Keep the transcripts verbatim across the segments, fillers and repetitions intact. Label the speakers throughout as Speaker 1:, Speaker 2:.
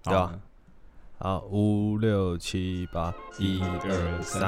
Speaker 1: 对吧？好，五六七八，一二三。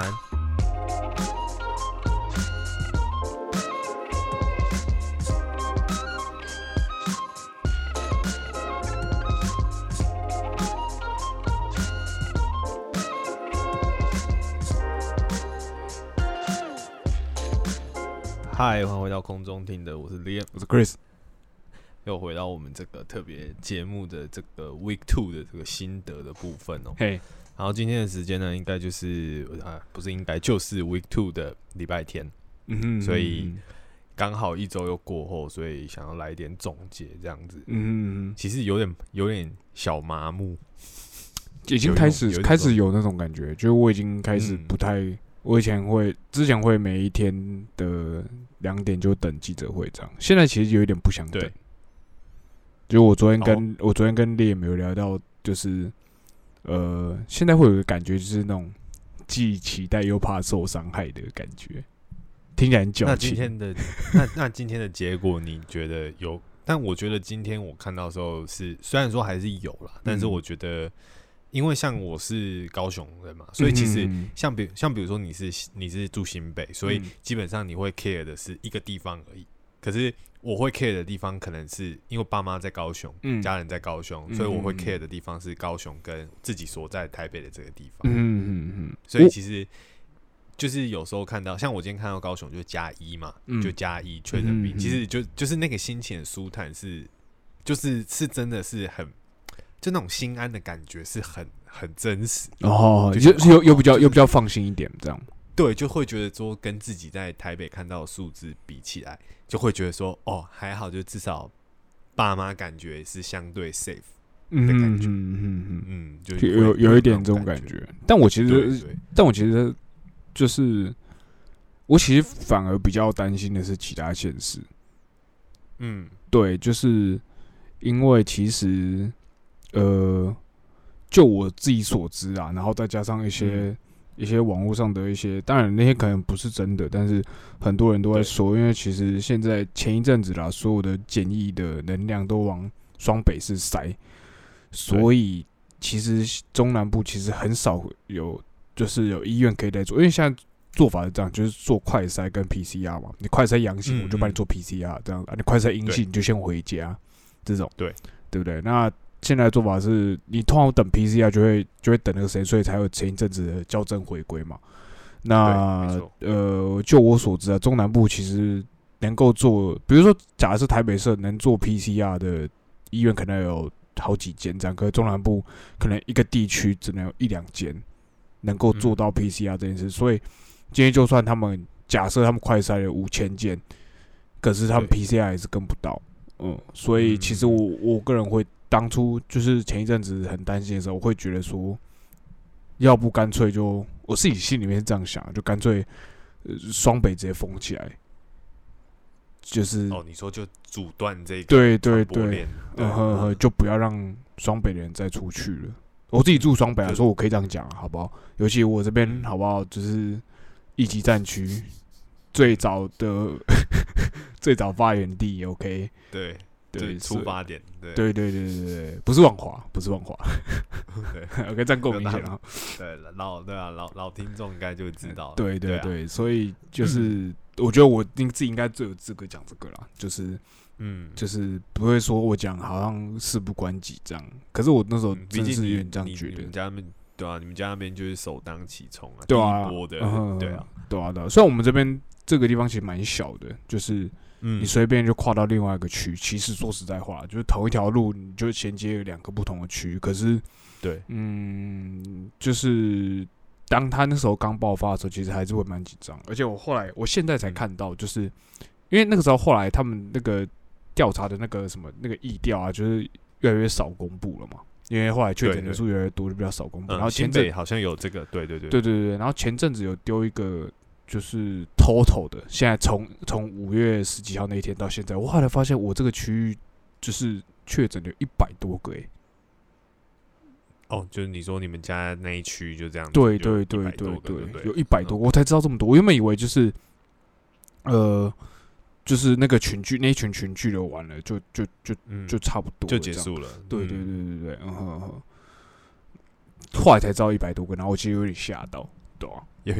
Speaker 1: 嗨，欢迎回到空中听的，我是 Liam，
Speaker 2: 我是 Chris，
Speaker 1: 又回到我们这个特别节目的这个 Week Two 的这个心得的部分哦。
Speaker 2: 嘿，
Speaker 1: 然后今天的时间呢，应该就是啊，不是应该就是 Week Two 的礼拜天，
Speaker 2: 嗯哼，
Speaker 1: 所以刚好一周又过后，所以想要来一点总结这样子。
Speaker 2: 嗯哼，
Speaker 1: 其实有点有点小麻木，
Speaker 2: 已经开始开始有那种感觉，就是我已经开始不太。嗯我以前会，之前会每一天的两点就等记者会这样，现在其实有一点不想等。就我昨天跟、哦、我昨天跟烈有聊到，就是呃，现在会有个感觉，就是那种既期待又怕受伤害的感觉，听起来很矫情。
Speaker 1: 那今天的那那今天的结果，你觉得有？但我觉得今天我看到的时候是，虽然说还是有啦，但是我觉得。因为像我是高雄人嘛，所以其实像比像比如说你是你是住新北，所以基本上你会 care 的是一个地方而已。可是我会 care 的地方，可能是因为爸妈在高雄，嗯、家人在高雄，所以我会 care 的地方是高雄跟自己所在台北的这个地方。嗯嗯嗯。所以其实就是有时候看到，像我今天看到高雄就加一嘛，嗯、就加一确诊病，其实就就是那个心情的舒坦是，就是是真的是很。就那种心安的感觉是很很真实
Speaker 2: 哦，就有有比较有比较放心一点，这样
Speaker 1: 对，就会觉得说跟自己在台北看到的数字比起来，就会觉得说哦还好，就至少爸妈感觉是相对 safe 的感觉，嗯嗯嗯嗯，就
Speaker 2: 有有一点这种感觉。但我其实，但我其实就是我其实反而比较担心的是其他县市，嗯，对，就是因为其实。呃，就我自己所知啊，然后再加上一些、嗯、一些网络上的一些，当然那些可能不是真的，但是很多人都在说，因为其实现在前一阵子啦，所有的检疫的能量都往双北市塞，所以其实中南部其实很少有就是有医院可以来做，因为现在做法是这样，就是做快筛跟 P C R 嘛，你快筛阳性我就帮你做 P C R 这样，你快筛阴性你就先回家，这种
Speaker 1: 对对
Speaker 2: 不对？那现在的做法是，你通常等 P C R 就会就会等那个谁，所以才有前一阵子的校正回归嘛。那呃，就我所知啊，中南部其实能够做，比如说，假如是台北市能做 P C R 的医院，可能有好几间这样，可是中南部可能一个地区只能有一两间能够做到 P C R 这件事。嗯、所以今天就算他们假设他们快筛了五千件，可是他们 P C R 也是跟不到。嗯，所以其实我我个人会。当初就是前一阵子很担心的时候，我会觉得说，要不干脆就我自己心里面是这样想，就干脆双、呃、北直接封起来，就是
Speaker 1: 哦，你说就阻断这个
Speaker 2: 对对对，呃呵呵，就不要让双北的人再出去了。我自己住双北来说，我可以这样讲，好不好？尤其我这边好不好，就是一级战区最早的最早发源地 ，OK，
Speaker 1: 对。对，出发点，对，
Speaker 2: 对对对对对，不是万华，不是万华，对 ，OK， 这样够明显了。
Speaker 1: 对，老对啊，老老听众应该就知道了。
Speaker 2: 对对 对, 對、啊，所以就是、嗯、我觉得我自己应该最有资格讲这个啦，就是嗯，就是不会说我讲好像事不关己这样，可是我那时候真是有点这样觉得。
Speaker 1: 你们家那边对啊，你们家那边就是首当其冲啊，
Speaker 2: 对啊，
Speaker 1: 第一波的，
Speaker 2: 嗯、
Speaker 1: 对啊，
Speaker 2: 对啊，对啊。虽然我们这边这个地方其实蛮小的，就是。嗯、你随便就跨到另外一个区，其实说实在话，就是同一条路，你就衔接两个不同的区。可是，
Speaker 1: 对，
Speaker 2: 嗯，就是当他那时候刚爆发的时候，其实还是会蛮紧张。而且我后来，我现在才看到，就是因为那个时候后来他们那个调查的那个什么那个疫调啊，就是越来越少公布了嘛。因为后来确诊人数越来越多，就比较少公布。然后前阵
Speaker 1: 好像有这个，对对对，
Speaker 2: 对对对。然后前阵子有丢一个。就是 total 的，现在从从五月十几号那一天到现在，我后来发现我这个区域就是确诊有一百多个哎、欸。
Speaker 1: 哦，就是你说你们家那一区就这样子，
Speaker 2: 对对对对对，有一百多个，我才知道这么多。我原本以为就是，呃，就是那个群聚那一群群聚的完了，就就就就差不多
Speaker 1: 就结束了。
Speaker 2: 对对对对对，嗯哼哼。 后来才知道一百多个，然后我其实有点吓到，对啊，
Speaker 1: 有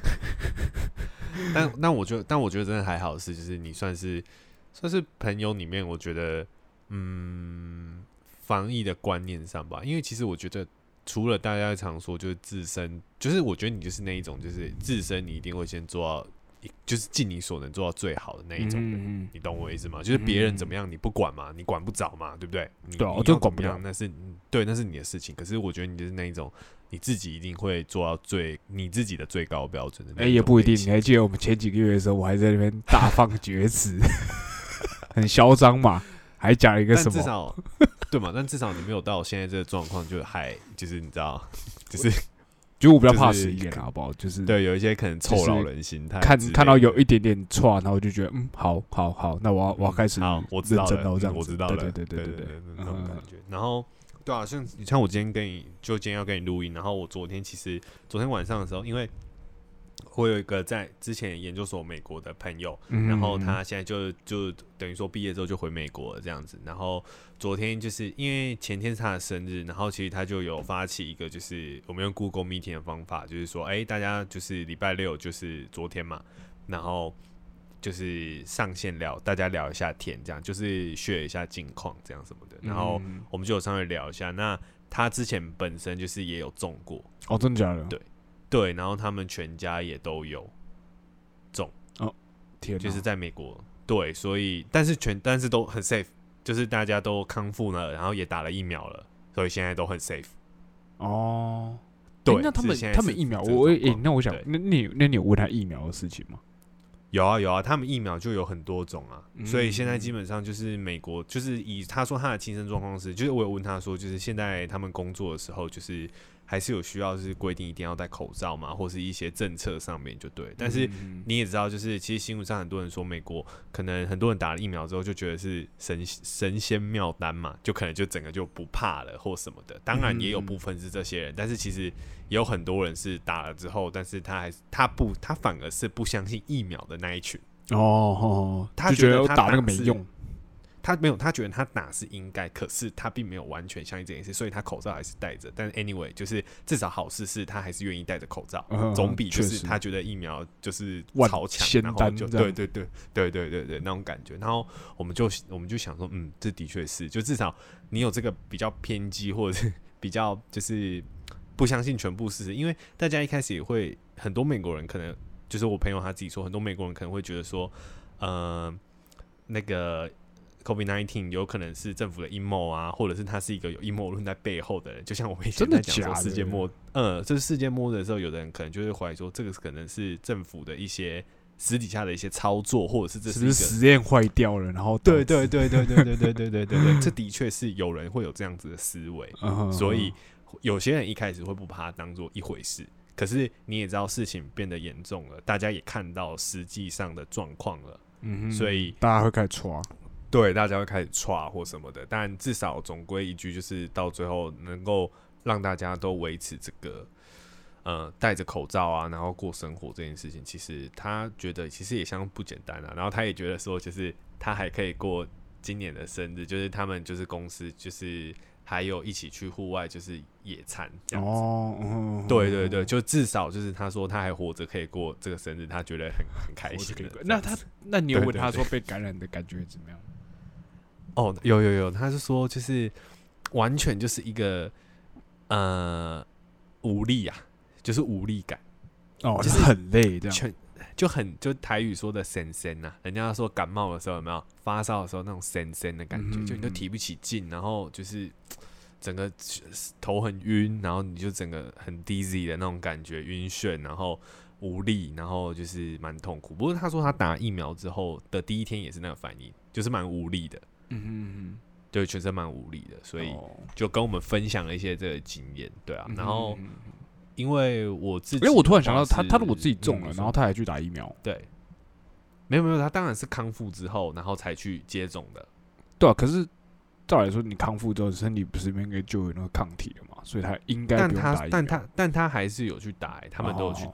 Speaker 1: 但但我觉得，但我觉得真的还好是，就是你算是算是朋友里面，我觉得嗯，防疫的观念上吧，因为其实我觉得。除了大家常说，就是自身，就是我觉得你就是那一种，就是自身你一定会先做到，就是尽你所能做到最好的那一种人，嗯嗯你懂我意思吗？就是别人怎么样你不管嘛，你管不着嘛，对不对？你
Speaker 2: 对啊，我就管不
Speaker 1: 了，那是对，那是你的事情。可是我觉得你就是那一种，你自己一定会做到最你自己的最高标准的那种。哎、
Speaker 2: 欸，也不一定。你还记得我们前几个月的时候，我还在那边大放厥词，很嚣张嘛。还讲了一个什么？
Speaker 1: 至少对嘛？但至少你没有到现在这个状况，就还就是你知道，就是
Speaker 2: 就我比较怕死一点，好不好？就是
Speaker 1: 对，有一些可能臭老人心态，
Speaker 2: 看看到有一点点错，然后我就觉得嗯，好好好，那我要我要开始
Speaker 1: 好，我知道了，
Speaker 2: 这样
Speaker 1: 我知道了，
Speaker 2: 对对对对对
Speaker 1: 对，那种感觉。然后对啊，像你像我今天跟你，就今天要跟你录音，然后我昨天其实昨天晚上的时候，因为。我有一个在之前研究所美国的朋友，嗯、然后他现在就就等于说毕业之后就回美国了这样子。然后昨天就是因为前天是他的生日，然后其实他就有发起一个就是我们用 Google Meeting 的方法，就是说，哎、欸，大家就是礼拜六就是昨天嘛，然后就是上线聊，大家聊一下天，这样就是 share 一下近况这样什么的。然后我们就有上面聊一下。那他之前本身就是也有中过，
Speaker 2: 哦，真的假的？
Speaker 1: 对。对，然后他们全家也都有中
Speaker 2: 哦，天，
Speaker 1: 就是在美国，对，所以但是全但是都很 safe， 就是大家都康复了，然后也打了疫苗了，所以现在都很 safe。
Speaker 2: 哦，
Speaker 1: 对，
Speaker 2: 欸、那他们他们疫苗，我诶、欸，那我想，那你那你有问他疫苗的事情吗？
Speaker 1: 有啊有啊，他们疫苗就有很多种啊，嗯、所以现在基本上就是美国，就是以他说他的亲身状况是，就是我有问他说，就是现在他们工作的时候，就是还是有需要是规定一定要戴口罩嘛，或是一些政策上面就对。但是你也知道，就是其实新闻上很多人说美国可能很多人打了疫苗之后就觉得是神神仙妙丹嘛，就可能就整个就不怕了或什么的。当然也有部分是这些人，但是其实也有很多人是打了之后，但是他还是他不他反而是不相信疫苗的那一群。
Speaker 2: 哦哦，
Speaker 1: 他觉得
Speaker 2: 他打那个没用。
Speaker 1: 他没有，他觉得他打是应该，可是他并没有完全相信这件事，所以他口罩还是戴着。但是 anyway， 就是至少好事是他还是愿意戴着口罩，嗯、总比就是他觉得疫苗就是超强，然后就对对对对对对对那种感觉。然后我们就我们就想说，嗯，这的确是，就至少你有这个比较偏激，或者是比较就是不相信全部事实，因为大家一开始也会很多美国人可能就是我朋友他自己说，很多美国人可能会觉得说，呃，那个。COVID 十九 有可能是政府的阴谋啊，或者是他是一个有阴谋论在背后的人，就像我们以前在讲说世界末，嗯，就是世界末日的时候，有的人可能就会怀疑说，这个可能是政府的一些私底下的一些操作，或者是这是一个
Speaker 2: 实验坏掉了，然后
Speaker 1: 对对对对对对对对对对对，这的确是有人会有这样子的思维，所以有些人一开始会不把它当做一回事，可是你也知道事情变得严重了，大家也看到实际上的状况了，嗯，所以
Speaker 2: 大家会开始抓。
Speaker 1: 对，大家会开始刷或什么的，但至少总归一句，就是到最后能够让大家都维持这个呃戴着口罩啊，然后过生活这件事情，其实他觉得其实也相当不简单啊。然后他也觉得说，就是他还可以过今年的生日，就是他们就是公司就是还有一起去户外就是野餐这样子。哦，嗯、对对对，就至少就是他说他还活着可以过这个生日，他觉得很很开心的。
Speaker 2: 那他那你有问他说被感染的感觉怎么样？
Speaker 1: 哦，有有有，他是说就是完全就是一个呃无力啊，就是无力感，
Speaker 2: 哦，就是很累这样，
Speaker 1: 就很就台语说的神神呐，人家说感冒的时候有没有发烧的时候那种神神的感觉，嗯、就你都提不起劲，然后就是整个头很晕，然后你就整个很 dizzy 的那种感觉，晕眩，然后无力，然后就是蛮痛苦。不过他说他打疫苗之后的第一天也是那个反应，就是蛮无力的。嗯哼，对，全身蛮无力的，所以就跟我们分享了一些这个经验，对啊。然后因为我自己，
Speaker 2: 因为我突然想到他，他如果自己中了，嗯、然后他还去打疫苗，
Speaker 1: 对，没有没有，他当然是康复之后，然后才去接种的，
Speaker 2: 对啊。可是照来说，你康复之后，身体不是应该就有那个抗体了嘛？所以他应该不用打疫苗，
Speaker 1: 但他但他但他还是有去打、欸，他们都有去打、欸。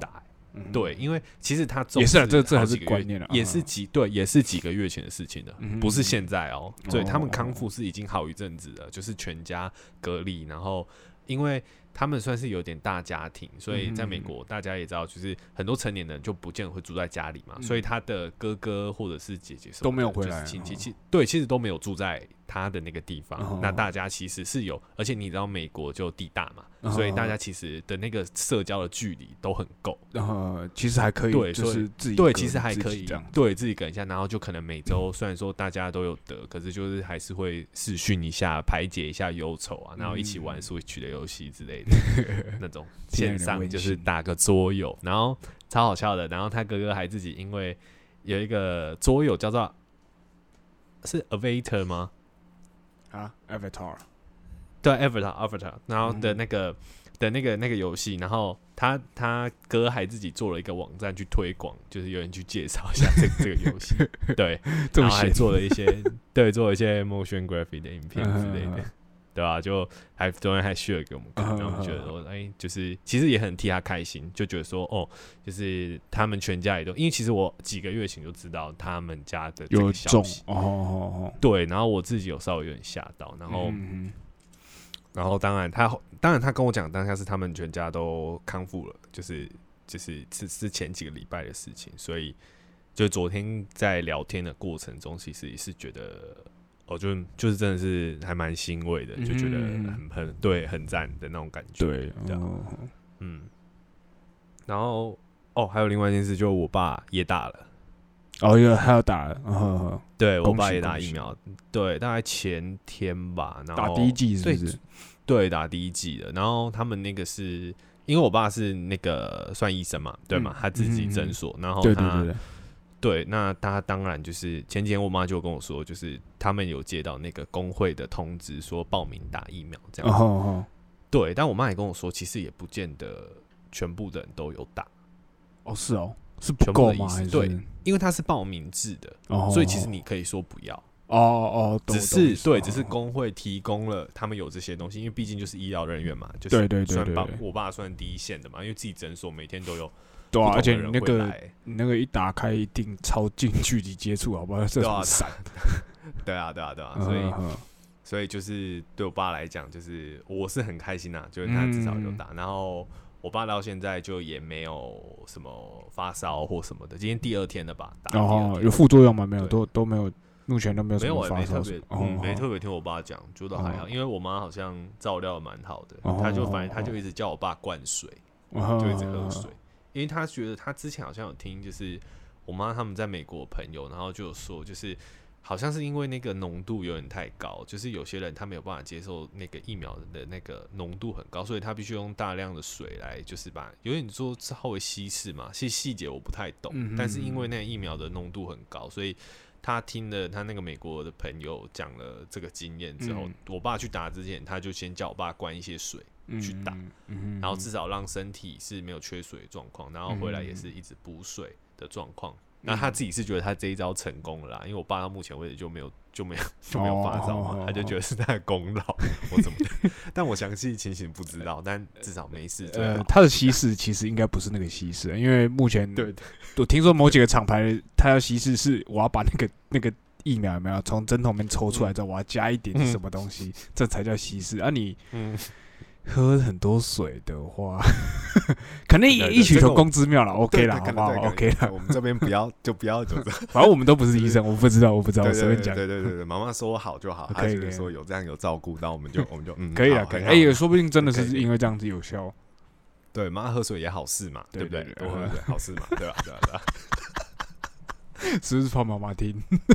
Speaker 2: 嗯、
Speaker 1: 对，因为其实他
Speaker 2: 也是啊，这这还是观念啊，
Speaker 1: 也是几对，也是几个月前的事情了，
Speaker 2: 嗯、
Speaker 1: 不是现在哦。对、
Speaker 2: 哦、
Speaker 1: 他们康复是已经好一阵子了，就是全家隔离，然后因为他们算是有点大家庭，所以在美国大家也知道，就是很多成年人就不见得会住在家里嘛，嗯、所以他的哥哥或者是姐姐
Speaker 2: 都没有回来，
Speaker 1: 亲戚其对，其实都没有住在他的那个地方。
Speaker 2: 哦、
Speaker 1: 那大家其实是有，而且你知道美国就地大嘛，哦、所以大家其实的那个社交的距离都很够。
Speaker 2: 呃，其实还可以，
Speaker 1: 对，
Speaker 2: 就是自己
Speaker 1: 对，其实还可以
Speaker 2: 这样，
Speaker 1: 对自己跟一下，然后就可能每周虽然说大家都有得，可是就是还是会视讯一下，排解一下忧愁啊，然后一起玩 Switch 的游戏之类的。那种线上就是打个桌游，然后超好笑的。然后他哥哥还自己因为有一个桌游叫做是 Avatar 吗？
Speaker 2: 啊 ，Avatar，
Speaker 1: 对 ，Avatar Avatar， 然后的那个、嗯、的那个那个游戏，然后他他哥还自己做了一个网站去推广，就是有人去介绍一下这个、这个游戏，对，然后还做了一些对做了一些 motion graphic 的影片之类的。对吧、啊？就还昨天还 share 给我们看，然后我们觉得说，哎、欸，就是其实也很替他开心，就觉得说，哦，就是他们全家也都，因为其实我几个月前就知道他们家的这个消息，
Speaker 2: 哦哦哦，
Speaker 1: 对，然后我自己有稍微有点吓到，然后，
Speaker 2: 嗯、
Speaker 1: 然后当然他当然他跟我讲当下是他们全家都康复了，就是就是是是前几个礼拜的事情，所以就昨天在聊天的过程中，其实也是觉得。我、哦、就就是真的是还蛮欣慰的，就觉得很很对很赞的那种感觉。
Speaker 2: 对，
Speaker 1: 对哦、嗯。然后哦，还有另外一件事，就是我爸也打了。
Speaker 2: 哦，有还要打了。哦、
Speaker 1: 对我爸也打疫苗，对，大概前天吧。然后
Speaker 2: 打第一剂是不是？
Speaker 1: 对，打第一剂的。然后他们那个是因为我爸是那个算医生嘛，对嘛，嗯、他自己诊所，嗯、然后他。
Speaker 2: 对对对对
Speaker 1: 对，那他当然就是前几天我妈就跟我说，就是他们有接到那个工会的通知，说报名打疫苗这样子。
Speaker 2: 哦哦、
Speaker 1: 对，但我妈也跟我说，其实也不见得全部的人都有打。
Speaker 2: 哦，是哦，是不够吗？还是
Speaker 1: 对，因为它是报名制的，
Speaker 2: 哦、
Speaker 1: 所以其实你可以说不要。
Speaker 2: 哦哦，
Speaker 1: 只是对，只是工会提供了他们有这些东西，因为毕竟就是医疗人员嘛，就是
Speaker 2: 对对对对，
Speaker 1: 我爸算第一线的嘛，因为自己诊所每天都有。
Speaker 2: 对啊，而且你那个你那个一打开，一定超近距离接触，好不好？这很闪。
Speaker 1: 对啊，对啊，对啊，所以所以就是对我爸来讲，就是我是很开心呐、啊，就是他至少有打，嗯、然后我爸到现在就也没有什么发烧或什么的，今天第二天了吧？打
Speaker 2: 哦，有副作用吗？没有，都都没有，目前都没有什么发烧，
Speaker 1: 没有，没特别，嗯，没特别听我爸讲，觉得还好，因为我妈好像照料的蛮好的，他就反正他就一直叫我爸灌水，就一直喝水。因为他觉得他之前好像有听，就是我妈他们在美国的朋友，然后就有说，就是好像是因为那个浓度有点太高，就是有些人他没有办法接受那个疫苗的那个浓度很高，所以他必须用大量的水来，就是把有点说稍微稀释嘛，其实细节我不太懂，嗯、但是因为那个疫苗的浓度很高，所以他听了他那个美国的朋友讲了这个经验之后，嗯、我爸去打之前，他就先叫我爸灌一些水。去打，
Speaker 2: 嗯、
Speaker 1: 然后至少让身体是没有缺水的状况，然后回来也是一直补水的状况。那、嗯、他自己是觉得他这一招成功了啦，因为我爸到目前为止就没有就没有就没有发烧嘛，哦、他就觉得是他的功劳或怎么的。但我详细情形不知道，但至少没事。
Speaker 2: 呃，他的稀释其实应该不是那个稀释，因为目前
Speaker 1: 对
Speaker 2: 我听说某几个厂牌他要稀释是我要把那个那个疫苗有没有从针筒里面抽出来之后，嗯、我要加一点什么东西，嗯、这才叫稀释啊你！嗯喝很多水的话，可能也异曲同工之妙了。OK 啦，好不好 ？OK 啦，
Speaker 1: 我们这边不要就不要就这，
Speaker 2: 反正我们都不是医生，我不知道，我不知道，我随便讲。
Speaker 1: 对对对对，妈妈说好就好，她觉得说有这样有照顾到，我们就我们就嗯，
Speaker 2: 可以了，可以。哎，说不定真的是因为这样子有效。
Speaker 1: 对，妈喝水也好事嘛，对不对？多喝水好事嘛，对吧？对吧？对吧？
Speaker 2: 是不是怕妈妈听？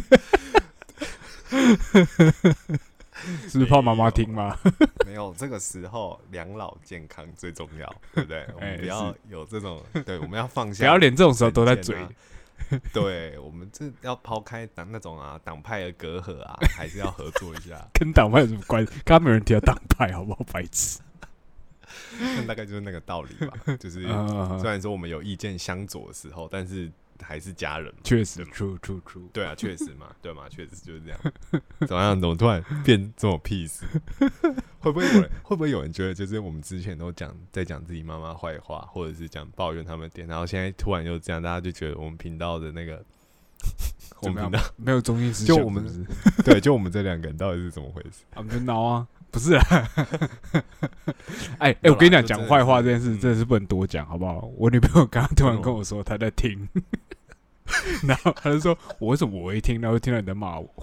Speaker 2: 是不是怕妈妈听吗？
Speaker 1: 没有，这个时候养老健康最重要，对不对？我们不要有这种，对，我们要放下，
Speaker 2: 不要连这种时候都在嘴。
Speaker 1: 对，我们这要抛开党那种啊党派的隔阂啊，还是要合作一下。
Speaker 2: 跟党派有什么关系？刚刚没有人提到党派，好不好？白痴。
Speaker 1: 那大概就是那个道理吧。就是虽然说我们有意见相左的时候，但是还是家人嘛，
Speaker 2: 确实 ，true true true，
Speaker 1: 对啊，确实嘛，对嘛，确实就是这样。怎么样？怎么突然变这么 peace？ 会不会有人？会不会有人觉得，就是我们之前都讲在讲自己妈妈坏话，或者是讲抱怨他们点，然后现在突然又这样，大家就觉得我们频道的那个，我们频道
Speaker 2: 没有中心思想，
Speaker 1: 就我们是是对，就我们这两个人到底是怎么回事？
Speaker 2: 我们就闹啊。不是啊，哎哎、欸，我跟你讲，讲坏话这件事真的是不能多讲，好不好？我女朋友刚刚突然跟我说她在听，然后她就说：“我为什么我一听，然后听到你在骂我？”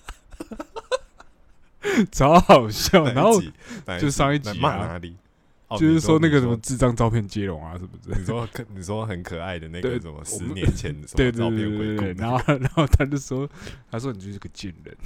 Speaker 2: 超好笑。然后就上一集
Speaker 1: 骂哪里？
Speaker 2: 就是说那个什么智障照片接龙啊，是不是？
Speaker 1: 你说你说很可爱的那个什么十年前的什么照片回顾，
Speaker 2: 然后然后他就说：“他说你就是个贱人。”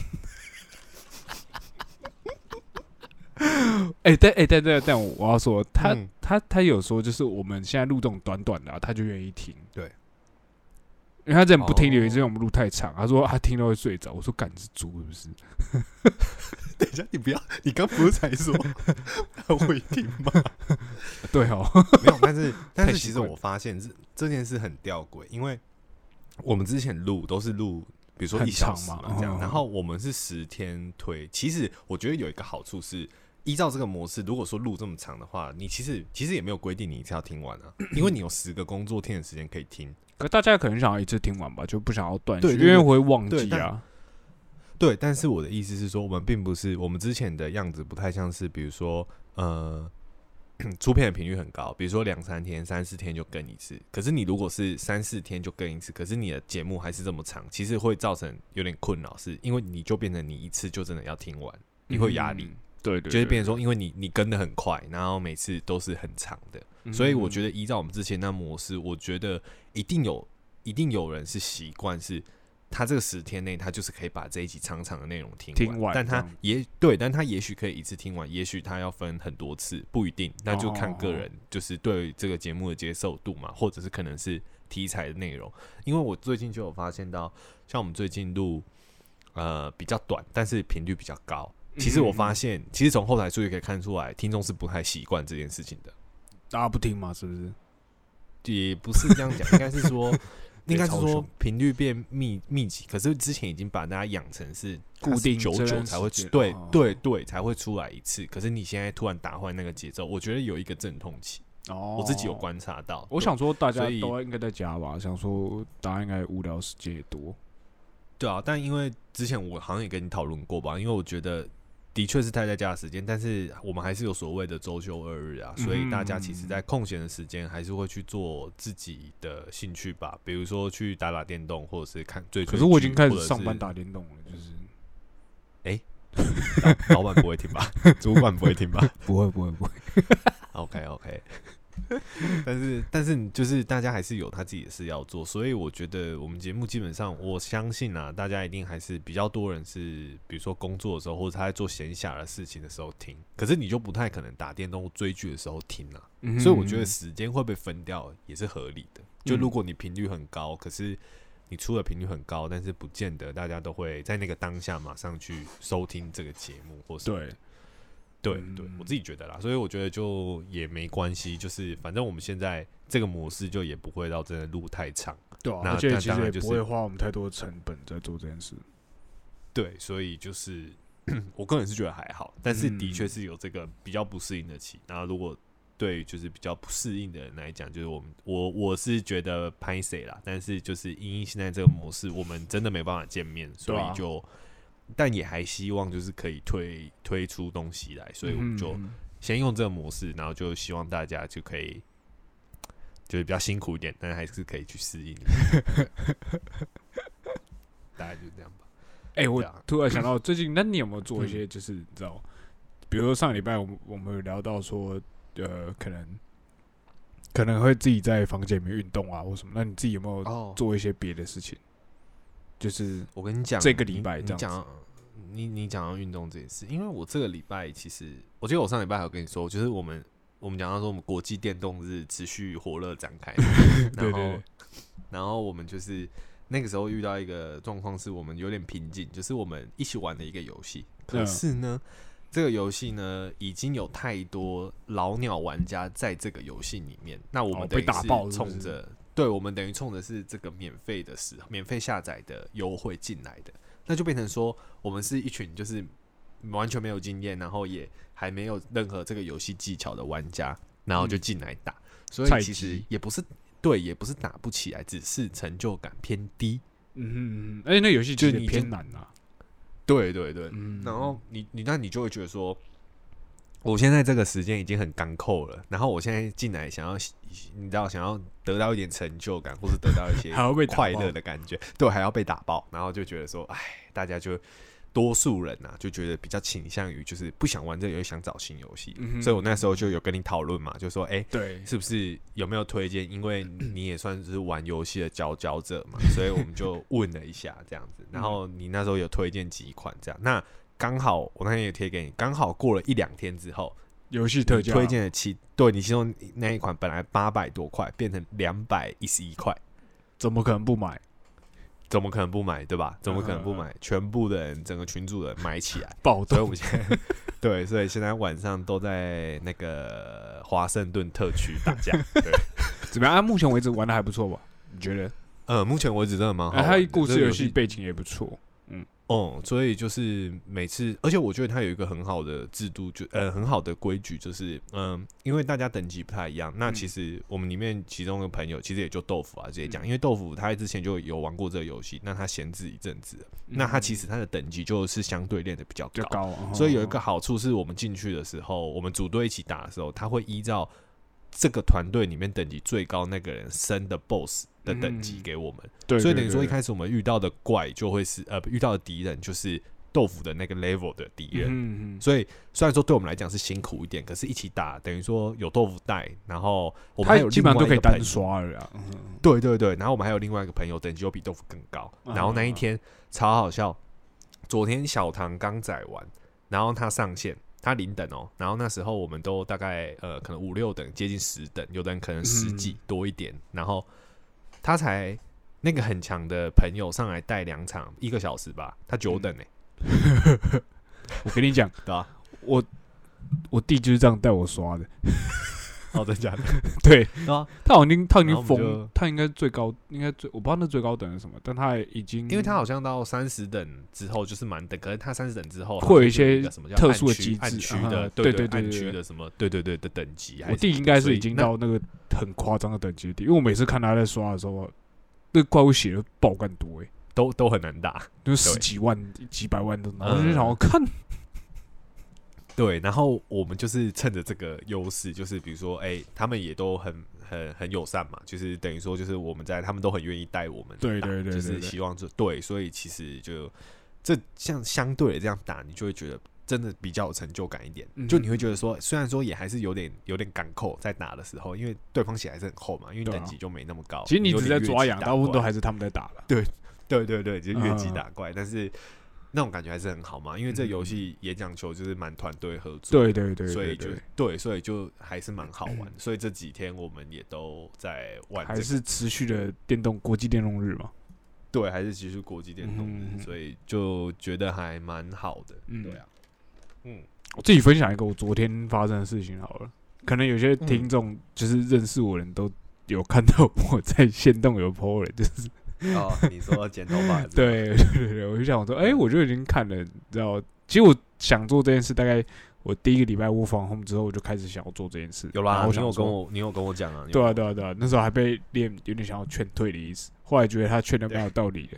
Speaker 2: 哎、欸，但哎、欸，但但但我要说，他、嗯、他他有说，就是我们现在录这种短短的、啊，他就愿意听。
Speaker 1: 对，
Speaker 2: 因为他之前不听留言，是因为我们录太长。他说他听到会睡着。我说干，你是猪是不是？
Speaker 1: 等一下，你不要，你刚不是才说他会听吗？
Speaker 2: 对哦，
Speaker 1: 没有，但是但是其实我发现这这件事很吊诡，因为我们之前录都是录。比如说一小时嘛，这样，然后我们是十天推。其实我觉得有一个好处是，依照这个模式，如果说录这么长的话，你其实其实也没有规定你一次要听完啊，因为你有十个工作天的时间可以听。
Speaker 2: 可大家可能想要一次听完吧，就不想要断续，因为会忘记啊。
Speaker 1: 对，但是我的意思是说，我们并不是我们之前的样子，不太像是，比如说呃。出片的频率很高，比如说两三天、三四天就更一次。可是你如果是三四天就更一次，可是你的节目还是这么长，其实会造成有点困扰，是因为你就变成你一次就真的要听完，你会有压力。
Speaker 2: 嗯、对, 对, 对, 对，
Speaker 1: 就是变成说，因为你你跟得很快，然后每次都是很长的，嗯、所以我觉得依照我们之前那模式，我觉得一定有一定有人是习惯是。他这个十天内，他就是可以把这一集长长的内容听完，
Speaker 2: 听完
Speaker 1: 但他也对，但他也许可以一次听完，也许他要分很多次，不一定，那就看个人，就是对这个节目的接受度嘛，或者是可能是题材的内容。因为我最近就有发现到，像我们最近录呃比较短，但是频率比较高。其实我发现，嗯、其实从后台数据可以看出来，听众是不太习惯这件事情的。
Speaker 2: 大家不听吗？是不是？
Speaker 1: 也不是这样讲，应该是说。应该是说频率变密密集，可是之前已经把大家养成是
Speaker 2: 固定
Speaker 1: 久久才会出，对对对才会出来一次。可是你现在突然打坏那个节奏，我觉得有一个阵痛期。哦，我自己有观察到。
Speaker 2: 我想说大家都应该在家吧，想说大家应该无聊时间也多。
Speaker 1: 对啊，但因为之前我好像也跟你讨论过吧，因为我觉得。的确是待在家的时间，但是我们还是有所谓的周休二日啊，所以大家其实在空闲的时间还是会去做自己的兴趣吧，比如说去打打电动，或者是看追追剧。
Speaker 2: 可是我已经开始上班打电动了，就是，
Speaker 1: 哎、欸，老板不会听吧？主管不会听吧？
Speaker 2: 不会，不会，不会。
Speaker 1: OK OK。但是，但是，就是大家还是有他自己的事要做，所以我觉得我们节目基本上，我相信啊，大家一定还是比较多人是，比如说工作的时候，或者他在做闲暇的事情的时候听。可是你就不太可能打电动、追剧的时候听啊，嗯、所以我觉得时间会被分掉也是合理的。就如果你频率很高，可是你出的频率很高，但是不见得大家都会在那个当下马上去收听这个节目，或是
Speaker 2: 对。
Speaker 1: 对对，我自己觉得啦，所以我觉得就也没关系，就是反正我们现在这个模式就也不会到真的录太长，
Speaker 2: 对啊，而且其实也不会花我们太多成本在做这件事。
Speaker 1: 对，所以就是我个人是觉得还好，但是的确是有这个比较不适应的期。然后如果对就是比较不适应的人来讲，就是我们我我是觉得拍谁啦，但是就是因为现在这个模式，我们真的没办法见面，所以就。但也还希望就是可以推推出东西来，所以我们就先用这个模式，然后就希望大家就可以就是比较辛苦一点，但还是可以去适应。大概就这样吧。
Speaker 2: 哎、欸，我突然想到，最近那你有没有做一些就是你知道，比如说上礼拜我们我们有聊到说，呃，可能可能会自己在房间里面运动啊，或什么？那你自己有没有做一些别的事情？哦就是
Speaker 1: 我跟你讲，
Speaker 2: 这个礼拜这样子，
Speaker 1: 你你讲到运动这件事，因为我这个礼拜其实，我记得我上礼拜还有跟你说，就是我们我们讲到说我们国际电动日持续火热展开，然后对对对然后我们就是那个时候遇到一个状况，是我们有点瓶颈，就是我们一起玩的一个游戏，可是呢，嗯、这个游戏呢已经有太多老鸟玩家在这个游戏里面，那我们等于是冲着。 对，我们等于冲的是这个免费的时候，免费下载的优惠进来的，那就变成说，我们是一群就是完全没有经验，然后也还没有任何这个游戏技巧的玩家，然后就进来打，嗯、所以其实也不是对，也不是打不起来，只是成就感偏低。
Speaker 2: 嗯嗯，而且那游戏其实偏难啊。
Speaker 1: 对对对，嗯、然后你你那你就会觉得说。我现在这个时间已经很刚扣了，然后我现在进来想要，你知道，想要得到一点成就感，或是得到一些快乐的感觉，对，还要被打爆，然后就觉得说，哎，大家就多数人啊，就觉得比较倾向于就是不想玩这个游戏，想找新游戏、嗯，所以我那时候就有跟你讨论嘛，就说，哎、欸，对，是不是有没有推荐？因为你也算是玩游戏的佼佼者嘛，所以我们就问了一下这样子，然后你那时候有推荐几款这样，那。刚好我那天也贴给你，刚好过了一两天之后，
Speaker 2: 游戏特价
Speaker 1: 推荐的其对你其中那一款本来八百多块，变成两百一十一块，
Speaker 2: 怎么可能不买？
Speaker 1: 怎么可能不买？对吧？怎么可能不买？呃、全部的人，整个群组的人买起来，
Speaker 2: 暴动！
Speaker 1: 所以我们现在对，所以现在晚上都在那个华盛顿特区打架。对，
Speaker 2: 怎么样？啊、目前为止玩的还不错吧？你觉得？
Speaker 1: 呃，目前为止真的蛮好玩的，
Speaker 2: 它、欸、故事游戏背景也不错。嗯。
Speaker 1: 哦、嗯，所以就是每次，而且我觉得它有一个很好的制度，就呃很好的规矩，就是嗯，因为大家等级不太一样，那其实我们里面其中的朋友，其实也就豆腐啊，直接讲，因为豆腐他之前就有玩过这个游戏，那他闲置一阵子了，嗯，那他其实他的等级就是相对练的比较高，
Speaker 2: 高哦，
Speaker 1: 所以有一个好处是我们进去的时候，我们组队一起打的时候，他会依照这个团队里面等级最高那个人升的 B O S S 的等级给我们，嗯、对对对对，所以等于说一开始我们遇到的怪就会是呃遇到的敌人就是豆腐的那个 level 的敌人，嗯嗯，所以虽然说对我们来讲是辛苦一点，可是一起打等于说有豆腐带，然后我们还有另外一个朋友
Speaker 2: 基本上都可以单刷了啦，嗯，
Speaker 1: 对对对，然后我们还有另外一个朋友等级又比豆腐更高，嗯、然后那一天超好笑，昨天小唐刚载完，然后他上线。他零等哦，然后那时候我们都大概呃可能五六等，接近十等，有的人可能十几、嗯、多一点，然后他才那个很强的朋友上来带两场一个小时吧，他九等哎、
Speaker 2: 欸，我跟你讲，
Speaker 1: 对啊，
Speaker 2: 我我弟就是这样带我刷的。
Speaker 1: 哦，真的假的？
Speaker 2: 对，
Speaker 1: 啊，
Speaker 2: 他好像他已经封，他应该最高，应该最，我不知道那最高等是什么，但他已经，
Speaker 1: 因为他好像到三十等之后就是满等，可是他三十等之后
Speaker 2: 会有一些
Speaker 1: 什么
Speaker 2: 特殊的机制，
Speaker 1: 暗区的，对对对，暗区的什么，对对对的等级。
Speaker 2: 我弟应该是已经到那个很夸张的等级的，因为我每次看他在刷的时候，那怪物血的爆干多哎、欸，
Speaker 1: 都都很难打，
Speaker 2: 就十几万、几百万的，然后我就想要看。
Speaker 1: 对，然后我们就是趁着这个优势，就是比如说，哎、欸，他们也都很很很友善嘛，就是等于说，就是我们在，他们都很愿意带我们打，
Speaker 2: 对对 对, 对，
Speaker 1: 就是希望就对，所以其實就这像相对的这样打，你就会觉得真的比较有成就感一点，嗯、就你会觉得说，虽然说也还是有点有点赶扣在打的时候，因为对方血还是很厚嘛，因为等级就没那么高，
Speaker 2: 其实你只是在抓痒，大部分都还是他们在打了，
Speaker 1: 对对对对，就是越级打怪，嗯、但是。那种感觉还是很好嘛，因为这游戏也讲求就是蛮团队合作，
Speaker 2: 对对 对, 對，
Speaker 1: 所以就对，所以就还是蛮好玩的。所以这几天我们也都在玩、這個，
Speaker 2: 还是持续的电动国际电动日嘛？
Speaker 1: 对，还是持续国际电动日，嗯、所以就觉得还蛮好的。嗯，对啊，
Speaker 2: 嗯，我自己分享一个我昨天发生的事情好了，可能有些听众就是认识我的人都有看到我在限动有 po 了，就是。
Speaker 1: 哦，你说剪头发？
Speaker 2: 对对对，我就想说，哎、欸，我就已经看了，你知道，其实我想做这件事，大概我第一个礼拜work from home之后，我就开始想要做这件事。
Speaker 1: 有啦，
Speaker 2: 我
Speaker 1: 你有跟我，你有跟我讲啊。
Speaker 2: 对啊，对啊，对啊，那时候还被练，有点想要劝退的意思，后来觉得他劝的蛮有道理的，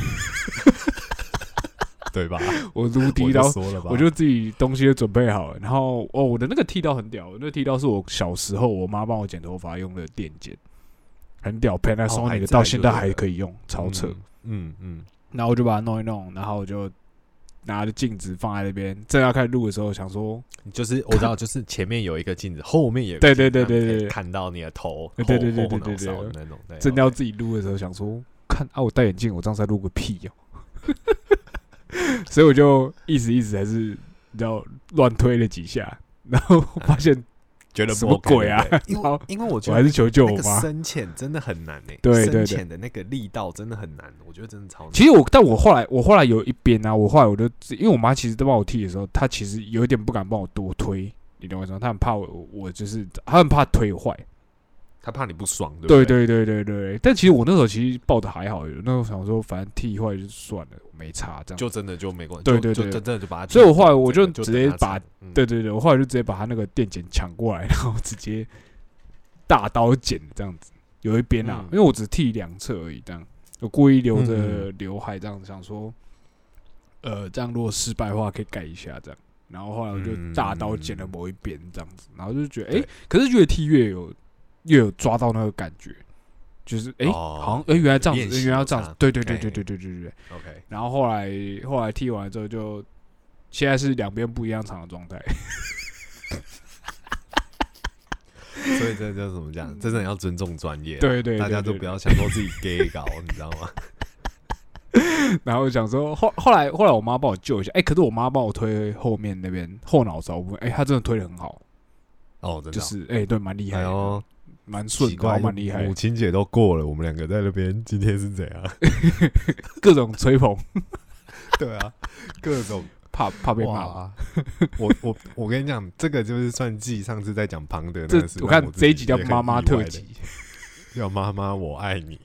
Speaker 1: 对吧？
Speaker 2: 我撸剃刀，我就自己东西都准备好了，然后哦，我的那个剃刀很屌，那个剃刀是我小时候我妈帮我剪头发用的电剪。很屌 ，Panasonic 的到现在还可以用，超扯。嗯嗯，然后我就把它弄一弄，然后我就拿着镜子放在那边，正要开始录的时候，想说，
Speaker 1: 就是我知道，就是前面有一个镜子，后面也有
Speaker 2: 对对对对对，
Speaker 1: 看到你的头，
Speaker 2: 对对对对对对
Speaker 1: 对那种。
Speaker 2: 正要自己录的时候，想说，看啊，我戴眼镜，我这样在录个屁哦、喔。所以我就一直一直还是你知道乱推了几下，然后发现。
Speaker 1: 觉得
Speaker 2: 什么鬼啊？
Speaker 1: 因为因为我觉得
Speaker 2: 我还是求救我妈。
Speaker 1: 深浅真的很难诶、欸，
Speaker 2: 对对对，
Speaker 1: 深浅的那个力道真的很难，我觉得真的超难。
Speaker 2: 其实我，但我后来我后来有一边啊，我后来我就因为我妈其实在帮我剃的时候，她其实有一点不敢帮我多推，你懂我意思吗？她很怕我，我就是她很怕推坏，
Speaker 1: 他怕你不爽，对不
Speaker 2: 对
Speaker 1: 对？
Speaker 2: 对对对对。但其实我那时候其实抱的还好，那时候想说反正剃坏就算了，没差这样。
Speaker 1: 就真的就没关系。
Speaker 2: 对对对，
Speaker 1: 就真的就把它。
Speaker 2: 所以我后来我就直接把，
Speaker 1: 嗯、
Speaker 2: 对对对，我后来就直接把他那个电剪抢过来，然后直接大刀剪这样子，有一边啊，嗯、因为我只剃两侧而已，这样我故意留着刘海这样子，想说，呃，这样如果失败的话可以盖一下这样。然后后来我就大刀剪了某一边这样子，然后就觉得哎、欸，可是越剃越有越有抓到那个感觉，就是哎、欸哦，好像哎、欸、原来这样子，原来要这样子，对对对对对对对对。
Speaker 1: OK。
Speaker 2: 然后后来后来剃完之后就，现在是两边不一样长的状态。
Speaker 1: 所以这叫怎么讲？真的要尊重专业，
Speaker 2: 对 对, 对, 对, 对，
Speaker 1: 大家都不要想说自己 gay 搞，你知道吗？
Speaker 2: 然后想说后后来后来我妈帮我救一下，哎、欸，可是我妈帮我推后面那边后脑勺部分，哎、欸，她真的推得很好，
Speaker 1: 哦，真的、哦，
Speaker 2: 就是哎、欸，对，蛮厉害的，
Speaker 1: 哦，
Speaker 2: 蛮顺，然后蛮厉害。
Speaker 1: 母亲节都过了，我们两个在那边，今天是怎样？
Speaker 2: 各种吹捧，
Speaker 1: 对啊，各种
Speaker 2: 怕怕被骂。
Speaker 1: 我我我跟你讲，这个就是算继上次在讲庞德那个事，
Speaker 2: 我看这一集叫妈妈特辑，
Speaker 1: 叫妈妈我爱你。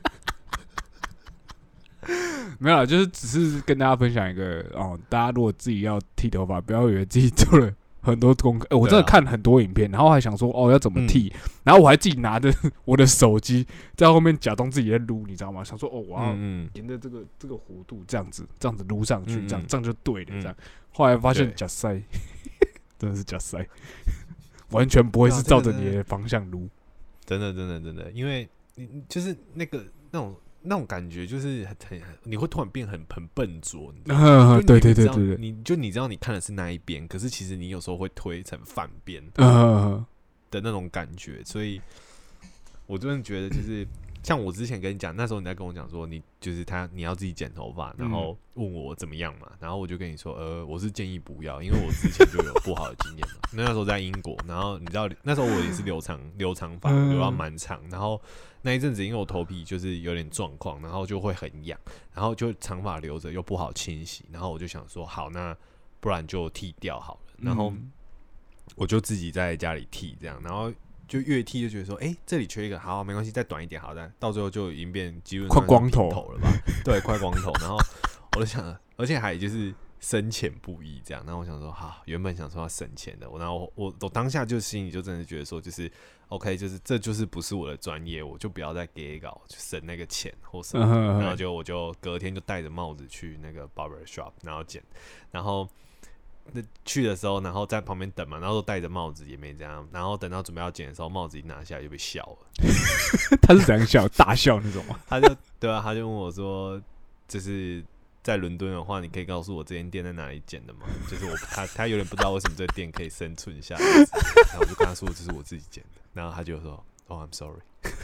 Speaker 2: 没有啦，就是只是跟大家分享一个哦，大家如果自己要剃头发，不要以为自己做了很多功课、欸。我真的看很多影片，然后还想说哦要怎么剃、嗯，然后我还自己拿着我的手机在后面假装自己在撸，你知道吗？想说哦我要沿着这个这个弧度这样子这样子撸上去，这样这样就对了。这样后来发现假塞，真的是假塞，完全不会是照着你的方向撸。
Speaker 1: 真的真的真的，因为你就是那个那种。那种感觉就是很很，你会突然变很很笨拙，你知道吗？
Speaker 2: 对对对对对，
Speaker 1: 你就你知道你看的是那一边，可是其实你有时候会推成反边的那种感觉，所以我真的觉得就是像我之前跟你讲，那时候你在跟我讲说你就是他你要自己剪头发，然后问我怎么样嘛，然后我就跟你说呃我是建议不要，因为我之前就有不好的经验嘛。那时候在英国，然后你知道那时候我也是留长留长发，留到蛮长，然后。那一阵子，因为我头皮就是有点状况，然后就会很痒，然后就长发留着又不好清洗，然后我就想说，好，那不然就剃掉好了。然后我就自己在家里剃，这样，然后就越剃就觉得说，哎、欸，这里缺一个，好，没关系，再短一点，好的，到最后就已经变基本上
Speaker 2: 快光头
Speaker 1: 了吧？对，快光头。然后我就想，而且还就是深浅不一这样。然后我想说，好，原本想说要省钱的，我然后我我我当下就心里就真的觉得说，就是。OK， 就是这就是不是我的专业，我就不要再给搞，就省那个钱或什么。Uh-huh. 然后就我就隔天就戴着帽子去那个 barber shop， 然后剪。然后那去的时候，然后在旁边等嘛，然后都戴着帽子也没这样。然后等到准备要剪的时候，帽子一拿下来就被笑了。
Speaker 2: 他是怎样笑？大笑那种吗？
Speaker 1: 他就对啊，他就问我说，就是在伦敦的话，你可以告诉我这间店在哪里剪的吗？就是我他他有点不知道为什么这个店可以生存下来，然后我就跟他说这是我自己剪的。然后他就说：“哦、oh, ，I'm sorry。”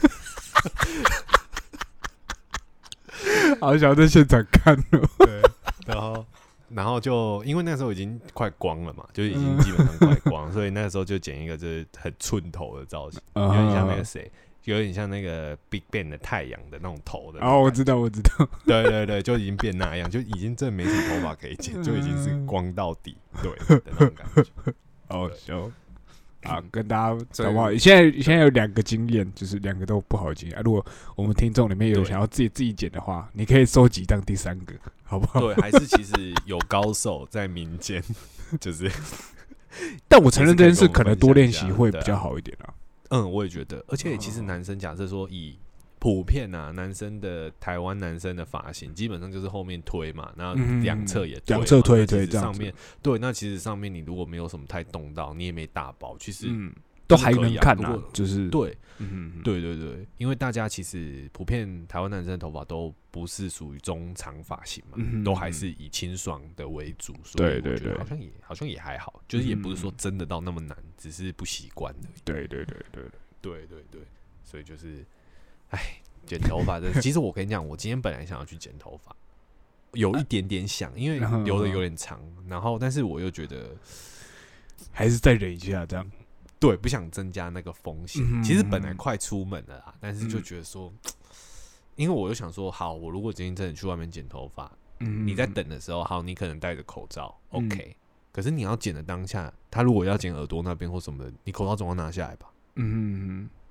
Speaker 2: 好想要在现场看哦。
Speaker 1: 对，然后，然后就因为那时候已经快光了嘛，就已经基本上快光，所以那时候就剪一个就是很寸头的造型，有点像那个谁，有点像那个 Big Bang 的太阳的那种头的。
Speaker 2: 哦，我知道，我知道。
Speaker 1: 对对对，就已经变那样，就已经真的没什么头发可以剪，就已经是光到底，对的那种感觉。
Speaker 2: 好笑。啊，跟大家好不好？现在现在有两个经验，就是两个都不好的经验、啊。如果我们听众里面有想要自己自己剪的话，你可以收集当第三个，好不好？
Speaker 1: 对，还是其实有高手在民间，就是。
Speaker 2: 但我承认这件事可能多练习会比较好一点啊。
Speaker 1: 嗯，我也觉得，而且其实男生假设说以。普遍啊，男生的台湾男生的发型基本上就是后面推嘛，然后两侧也推，
Speaker 2: 两侧推推这样
Speaker 1: 上面对，那其实上面你如果没有什么太动到，你也没大包，其实、
Speaker 2: 嗯、都还能看啊，就是
Speaker 1: 对，嗯，对对对，因为大家其实普遍台湾男生的头发都不是属于中长发型嘛，嗯、都还是以清爽的为主，所以我觉得好像也好像也还好，就是也不是说真的到那么难，只是不习惯的。
Speaker 2: 对对对对
Speaker 1: 对对对，所以就是。哎，剪头发的，其实我跟你讲，我今天本来想要去剪头发，有一点点想，因为留的有点长，然后但是我又觉得
Speaker 2: 还是再忍一下，这样
Speaker 1: 对，不想增加那个风险。嗯、其实本来快出门了啦，但是就觉得说，嗯、因为我就想说，好，我如果今天真的去外面剪头发，嗯、你在等的时候，好，你可能戴着口罩、嗯、，OK， 可是你要剪的当下，他如果要剪耳朵那边或什么的，你口罩总要拿下来吧？嗯。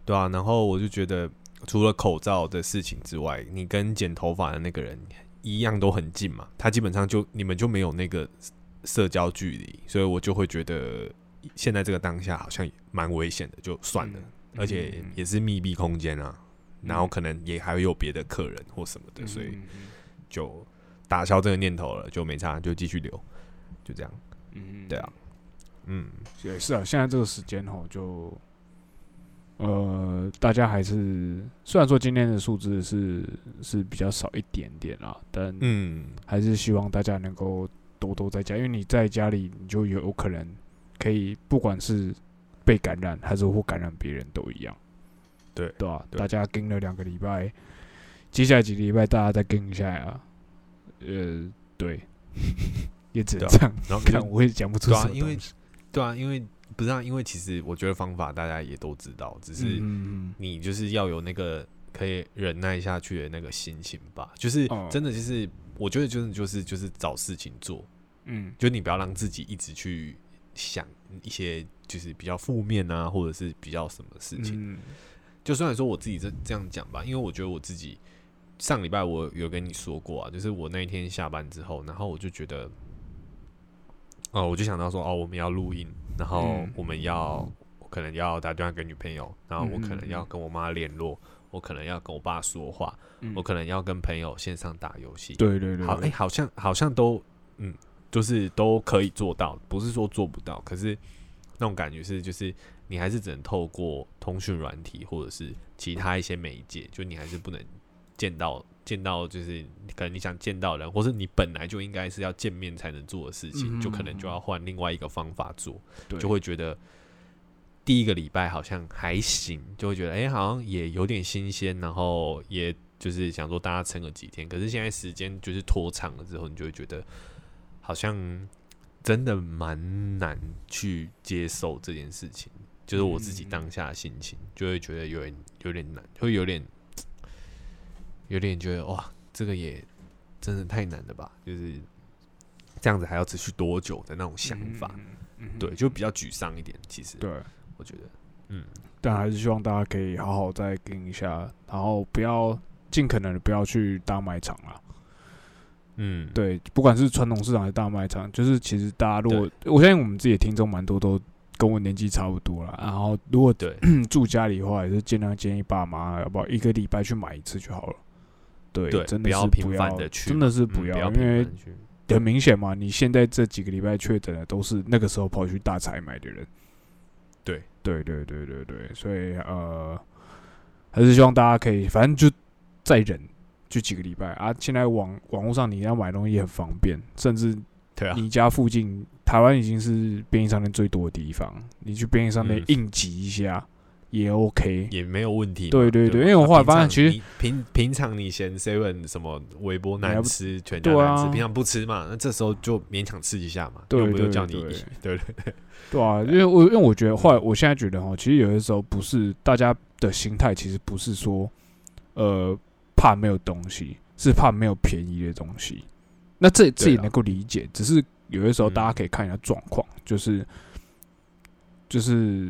Speaker 1: 对啊，然后我就觉得，除了口罩的事情之外，你跟剪头发的那个人一样都很近嘛，他基本上就你们就没有那个社交距离，所以我就会觉得现在这个当下好像蛮危险的，就算了，嗯、而且也是密闭空间啊，嗯、然后可能也还会有别的客人或什么的，嗯、所以就打消这个念头了，就没差，就继续留，就这样。嗯，对啊，嗯，
Speaker 2: 也是啊，现在这个时间吼就。呃，大家还是虽然说今天的数字是是比较少一点点啦，但嗯，还是希望大家能够多多在家，因为你在家里，你就有可能可以不管是被感染还是或感染别人都一样，
Speaker 1: 对
Speaker 2: 对吧、啊？大家跟了两个礼拜，接下来几个礼拜大家再跟一下啊，呃，对，也只能这样。然后看我也讲不出什么东西，
Speaker 1: 因为对啊，因为。不是啊，因为其实我觉得方法大家也都知道，只是你就是要有那个可以忍耐下去的那个心情吧。就是真的，就是我觉得就是就是就是找事情做，嗯，就你不要让自己一直去想一些就是比较负面啊，或者是比较什么事情。嗯、就虽然说我自己这这样讲吧，因为我觉得我自己上礼拜我有跟你说过啊，就是我那一天下班之后，然后我就觉得。哦，我就想到说，哦，我们要录音，然后我们要，我可能要打电话给女朋友，然后我可能要跟我妈联络，我可能要跟我爸说话，嗯、我可能要跟朋友线上打游戏。
Speaker 2: 对对 对, 對，
Speaker 1: 好，哎、欸，好像好像都，嗯，就是都可以做到，不是说做不到，可是那种感觉是，就是你还是只能透过通讯软体或者是其他一些媒介，就你还是不能见到。见到就是可能你想见到人，或是你本来就应该是要见面才能做的事情，嗯、就可能就要换另外一个方法做，就会觉得第一个礼拜好像还行，就会觉得哎、欸，好像也有点新鲜，然后也就是想说大家撑个几天，可是现在时间就是拖长了之后，你就会觉得好像真的蛮难去接受这件事情，就是我自己当下的心情，就会觉得有点有点难，会有点。有点觉得哇，这个也真的太难了吧？就是这样子还要持续多久的那种想法，嗯嗯、对，就比较沮丧一点。其实，
Speaker 2: 对，
Speaker 1: 我觉得，嗯，
Speaker 2: 但还是希望大家可以好好再跟一下，然后不要尽可能的不要去大卖场啦。嗯，对，不管是传统市场还是大卖场，就是其实大家如果我相信我们自己的听众蛮多都跟我年纪差不多啦，然后如果住家里的话，也是尽量建议爸妈要不要一个礼拜去买一次就好了。对，
Speaker 1: 对
Speaker 2: 真的是
Speaker 1: 不要频繁的去，
Speaker 2: 真的是不要，嗯、不要因为很明显嘛，你现在这几个礼拜确诊的都是那个时候跑去大采买的人。
Speaker 1: 对，
Speaker 2: 对，对，对，对，对，所以呃，还是希望大家可以，反正就再忍，就几个礼拜啊。现在网网络上你要买东西也很方便，甚至你家附近，台湾已经是便利商店最多的地方，你去便利商店应急一下。嗯也 OK，
Speaker 1: 也没有问题。
Speaker 2: 对对 对, 對，因为我后来发现，其实
Speaker 1: 平平常你嫌 seven 什么微波难吃，全家难吃，平常不吃嘛，那这时候就勉强吃一下嘛，
Speaker 2: 对
Speaker 1: 又不又叫你，对对对，
Speaker 2: 对啊，因为我因为我觉得后来我现在觉得哈，其实有的时候不是大家的心态，其实不是说呃怕没有东西，是怕没有便宜的东西。那这这也能够理解，只是有的时候大家可以看一下状况，就是就是。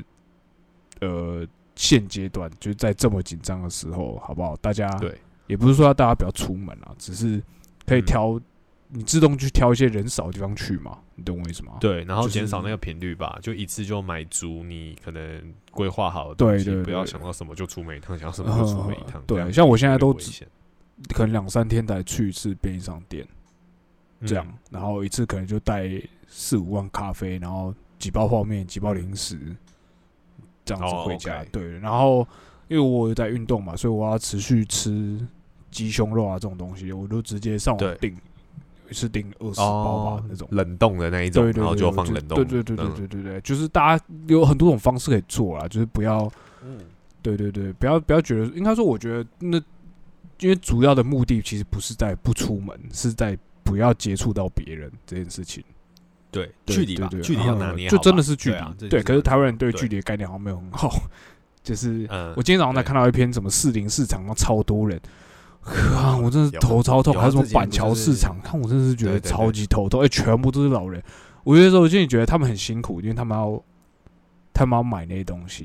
Speaker 2: 呃，现阶段就是在这么紧张的时候，好不好？大家对，也不是说要大家不要出门啊，只是可以挑、嗯、你自动去挑一些人少的地方去嘛，你懂我意思吗？
Speaker 1: 对，然后减少那个频率吧，就一次就买足你可能规划好的东西，对对对，不要想到什么就出门一趟，想到什么就出门一趟。呃、
Speaker 2: 对，像我现在都可能两三天才去一次便利商店，这样，嗯、然后一次可能就带四五罐咖啡，然后几包泡面，几包零食。这样子回家， oh, okay. 对，然后因为我有在运动嘛，所以我要持续吃鸡胸肉啊这种东西，我就直接上网订，一次订二十包吧、oh, 那种
Speaker 1: 冷冻的那一种，对对对，然后就放冷冻，
Speaker 2: 对对对对对对对，就是大家有很多种方式可以做啦，就是不要，嗯，对对对，不要不要觉得，应该说我觉得那因为主要的目的其实不是在不出门，是在不要接触到别人这件事情。
Speaker 1: 对，距离吧，距离要拿捏好，
Speaker 2: 就真的是距离。
Speaker 1: 对, 啊、
Speaker 2: 对，可是台湾人对距离的概念好像没有很好。就是、嗯、我今天早上才看到一篇什么士林市场，超多人，啊，我真的是头超痛。还有什么板桥市场，看我真的是觉得超级头痛，哎、欸，全部都是老人。我有的时候我心里觉得他们很辛苦，因为他们要他们要买那些东西，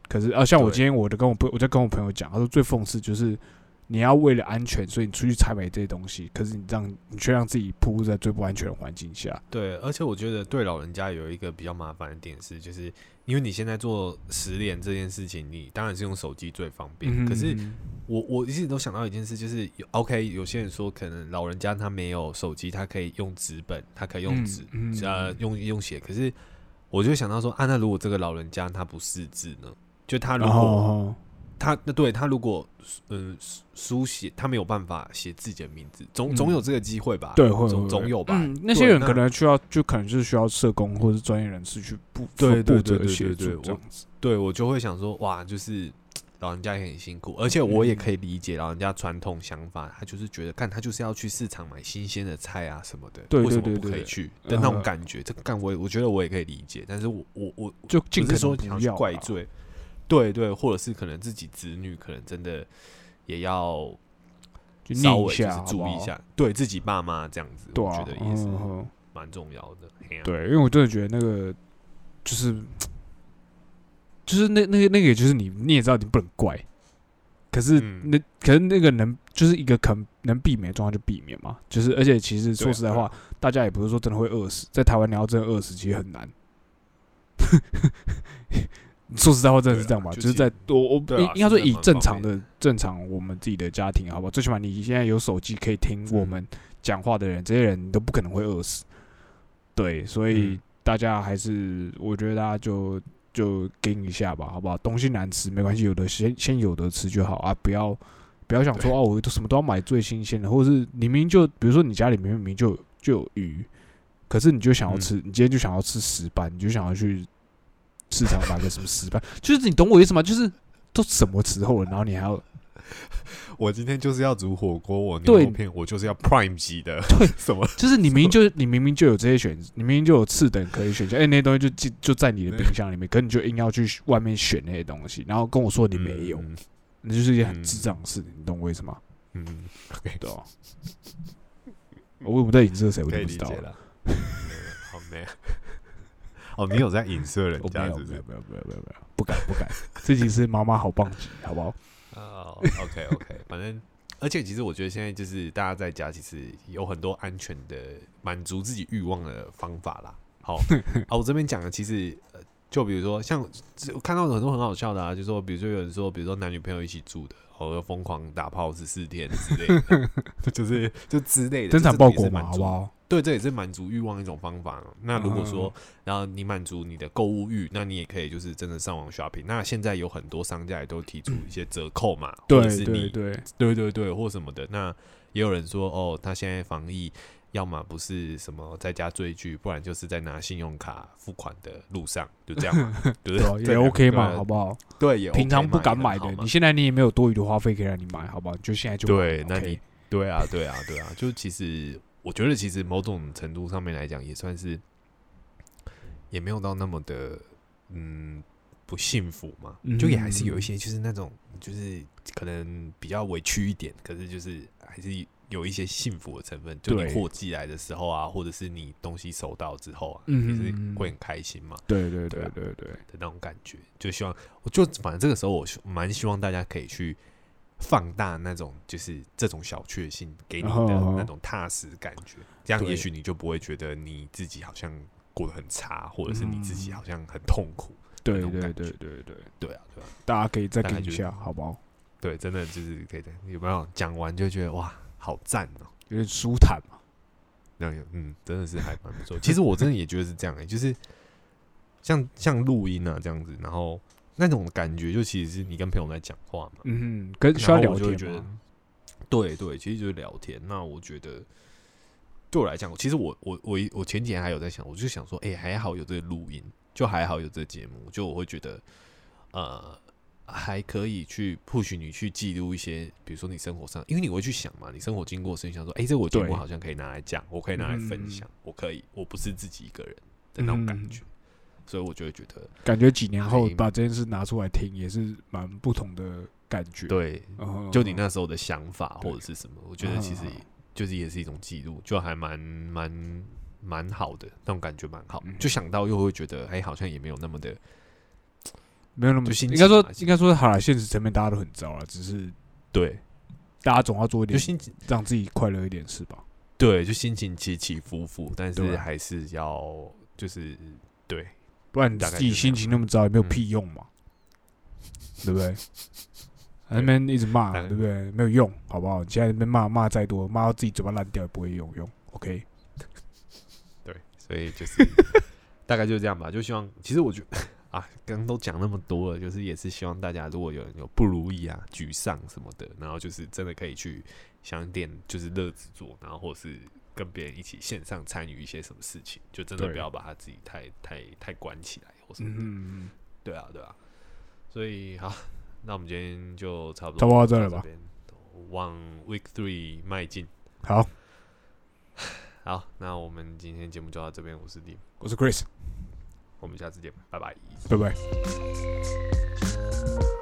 Speaker 2: 可是啊，像我今天我的跟我我在跟我朋友讲，他说最讽刺就是你要为了安全，所以你出去采买这些东西，可是你让你却让自己暴露在最不安全的环境下。
Speaker 1: 对，而且我觉得对老人家有一个比较麻烦的点是，就是因为你现在做实联这件事情，你当然是用手机最方便。嗯、可是我我一直都想到一件事，就是有 OK， 有些人说可能老人家他没有手机，他可以用纸本，他可以用纸、嗯嗯、呃用用写，可是我就想到说啊，那如果这个老人家他不识字呢？就他如果、哦、他对他如果嗯书写他没有办法写自己的名字，总总有这个机会吧？
Speaker 2: 对，会
Speaker 1: 总总有吧、
Speaker 2: 嗯？那些人可能需要，就可能就是需要社工或是专业人士去布
Speaker 1: 对对
Speaker 2: 对对对对，
Speaker 1: 这样子。对我就会想说，哇，就是老人家也很辛苦，而且我也可以理解老人家传统想法，他就是觉得，干他就是要去市场买新鲜的菜啊什么的，
Speaker 2: 对
Speaker 1: 为什么不可以去的那种感觉？这个干我我觉得我也可以理解，但是我我我
Speaker 2: 就尽可能
Speaker 1: 说想去怪罪。对对，或者是可能自己子女可能真的也要稍微就是注意一下，对自己爸妈这样子，
Speaker 2: 对啊、
Speaker 1: 我觉得也是蛮重要的。
Speaker 2: 嗯、对，因为我真的觉得那个就是就是那那个那个，也就是你你也知道你不能怪，可是那、嗯、可是那个能就是一个可能能避免的状况就避免嘛，就是而且其实说实在话，大家也不是说真的会饿死，在台湾你要真的饿死其实很难。说实在话，真的是这样吧？就, 就是在我我应该说以正常的正常我们自己的家庭，好不好？最起码你现在有手机可以听我们讲话的人，这些人都不可能会饿死。对，所以大家还是我觉得大家就就盯一下吧，好不好？东西难吃没关系，有的先先有的吃就好啊，不要不要想说哦，我什么都要买最新鲜的，或者是你明明就比如说你家里面明明就有就有鱼，可是你就想要吃，嗯、你今天就想要吃石斑，你就想要去市场买个什么石斑，就是你懂我意思吗？就是都什么时候了，然后你还要，
Speaker 1: 我今天就是要煮火锅，我牛肉片我就是要 Prime 级的，
Speaker 2: 对，
Speaker 1: 什么？
Speaker 2: 就是你明明就你明明就有这些选，你明明就有次等可以选项，哎、欸，那些东西就就在你的冰箱里面，可你就硬要去外面选那些东西，然后跟我说你没有，那、嗯、就是一件很智障的事情，你懂我意思吗？
Speaker 1: 嗯 ，OK，
Speaker 2: 对啊。我为什么在影射谁？我就不知道了。
Speaker 1: 好没有。哦，你有在影射人家是不是？
Speaker 2: 没有没有没有没有没有，不敢不敢。这集是妈妈好棒集，好不好？
Speaker 1: 哦 ，OK OK， 反正而且其实我觉得现在就是大家在家其实有很多安全的满足自己欲望的方法啦。好啊，我这边讲的其实呃，就比如说像我看到很多很好笑的啊，就说比如说有人说，比如说男女朋友一起住的，哦，疯狂打炮十四天之类的，就是就之类的，
Speaker 2: 真惨报国嘛，好不好？
Speaker 1: 对，这也是满足欲望一种方法。那如果说，然后你满足你的购物欲，那你也可以就是真的上网 shopping。那现在有很多商家也都提出一些折扣嘛，
Speaker 2: 对
Speaker 1: 或者是你
Speaker 2: 对对
Speaker 1: 对对对或什么的。那也有人说，哦，他现在防疫，要么不是什么在家追剧，不然就是在拿信用卡付款的路上，就这样嘛，对不对？
Speaker 2: 也 OK 嘛，好不好？
Speaker 1: 对，也 OK
Speaker 2: 平常不敢买的，你现在你也没有多余的花费可以让你买，好不好？就现在就
Speaker 1: 对，
Speaker 2: OK、
Speaker 1: 那你对啊，对啊，对啊，就其实。我觉得其实某种程度上面来讲，也算是也没有到那么的嗯不幸福嘛，嗯、就也还是有一些就是那种就是可能比较委屈一点，可是就是还是有一些幸福的成分。就你货寄来的时候啊，或者是你东西收到之后啊，嗯、也是会很开心嘛。
Speaker 2: 对对对对 对, 对
Speaker 1: 的那种感觉，就希望我就反正这个时候我蛮希望大家可以去。放大那种就是这种小确幸给你的那种踏实感觉，这样也许你就不会觉得你自己好像过得很差，或者是你自己好像很痛苦。
Speaker 2: 对对对对对对
Speaker 1: 对啊对啊！
Speaker 2: 大家可以再听一下，好不好？
Speaker 1: 对，真的就是可以的。有没有讲完就觉得哇，好赞哦、喔，
Speaker 2: 有点舒坦嘛？
Speaker 1: 那嗯，真的是还蛮不错。其实我真的也觉得是这样哎、欸，就是像像录音啊这样子，然后。那种感觉就其实是你跟朋友在讲话嘛，
Speaker 2: 嗯，跟需要聊天
Speaker 1: 觉得，对对，其实就是聊天。那我觉得对我来讲，其实我我我我前几天还有在想，我就想说，哎、欸，还好有这个录音，就还好有这个节目，就我会觉得，呃，还可以去 push 你去记录一些，比如说你生活上，因为你会去想嘛，你生活经过的事情，想说，哎、欸，这个我节目好像可以拿来讲，我可以拿来分享，嗯、我可以，我不是自己一个人的那种感觉。嗯，所以我就会觉得，
Speaker 2: 感觉几年后把这件事拿出来听，也是蛮不同的感觉。
Speaker 1: 对，嗯、就你那时候的想法或者是什么，我觉得其实就是也是一种记录，就还蛮蛮蛮好的，那种感觉蛮好。嗯、就想到又会觉得，哎、欸，好像也没有那么的，
Speaker 2: 没有那么，
Speaker 1: 应
Speaker 2: 该说应该说好了，现实层面大家都很糟了，只是
Speaker 1: 对，
Speaker 2: 大家总要做一点，
Speaker 1: 就心
Speaker 2: 让自己快乐一点是吧？
Speaker 1: 对，就心情起起伏伏，但是还是要就是对，
Speaker 2: 不然你自己心情那么糟也没有屁用嘛，嗯、对不对？那边一直骂，对不对？没有用，好不好？你现在那边骂骂再多，骂到自己嘴巴烂掉也不会有用。OK，
Speaker 1: 对，所以就是大概就这样吧。就希望，其实我觉得啊，刚刚都讲那么多了，就是也是希望大家如果有人有不如意啊、沮丧什么的，然后就是真的可以去想点就是乐子做，然后或是跟别人一起线上参与一些什么事情，就真的不要把他自己太太太关起来或什么的。嗯，对啊，对啊。所以好。那我们今天就差不多，
Speaker 2: 差不多到这了吧？
Speaker 1: 往 Week Three 迈进。
Speaker 2: 好，
Speaker 1: 好，那我们今天节目就到这边。我是 Lim，
Speaker 2: 我是 Chris，
Speaker 1: 我们下次见，拜拜，
Speaker 2: 拜拜。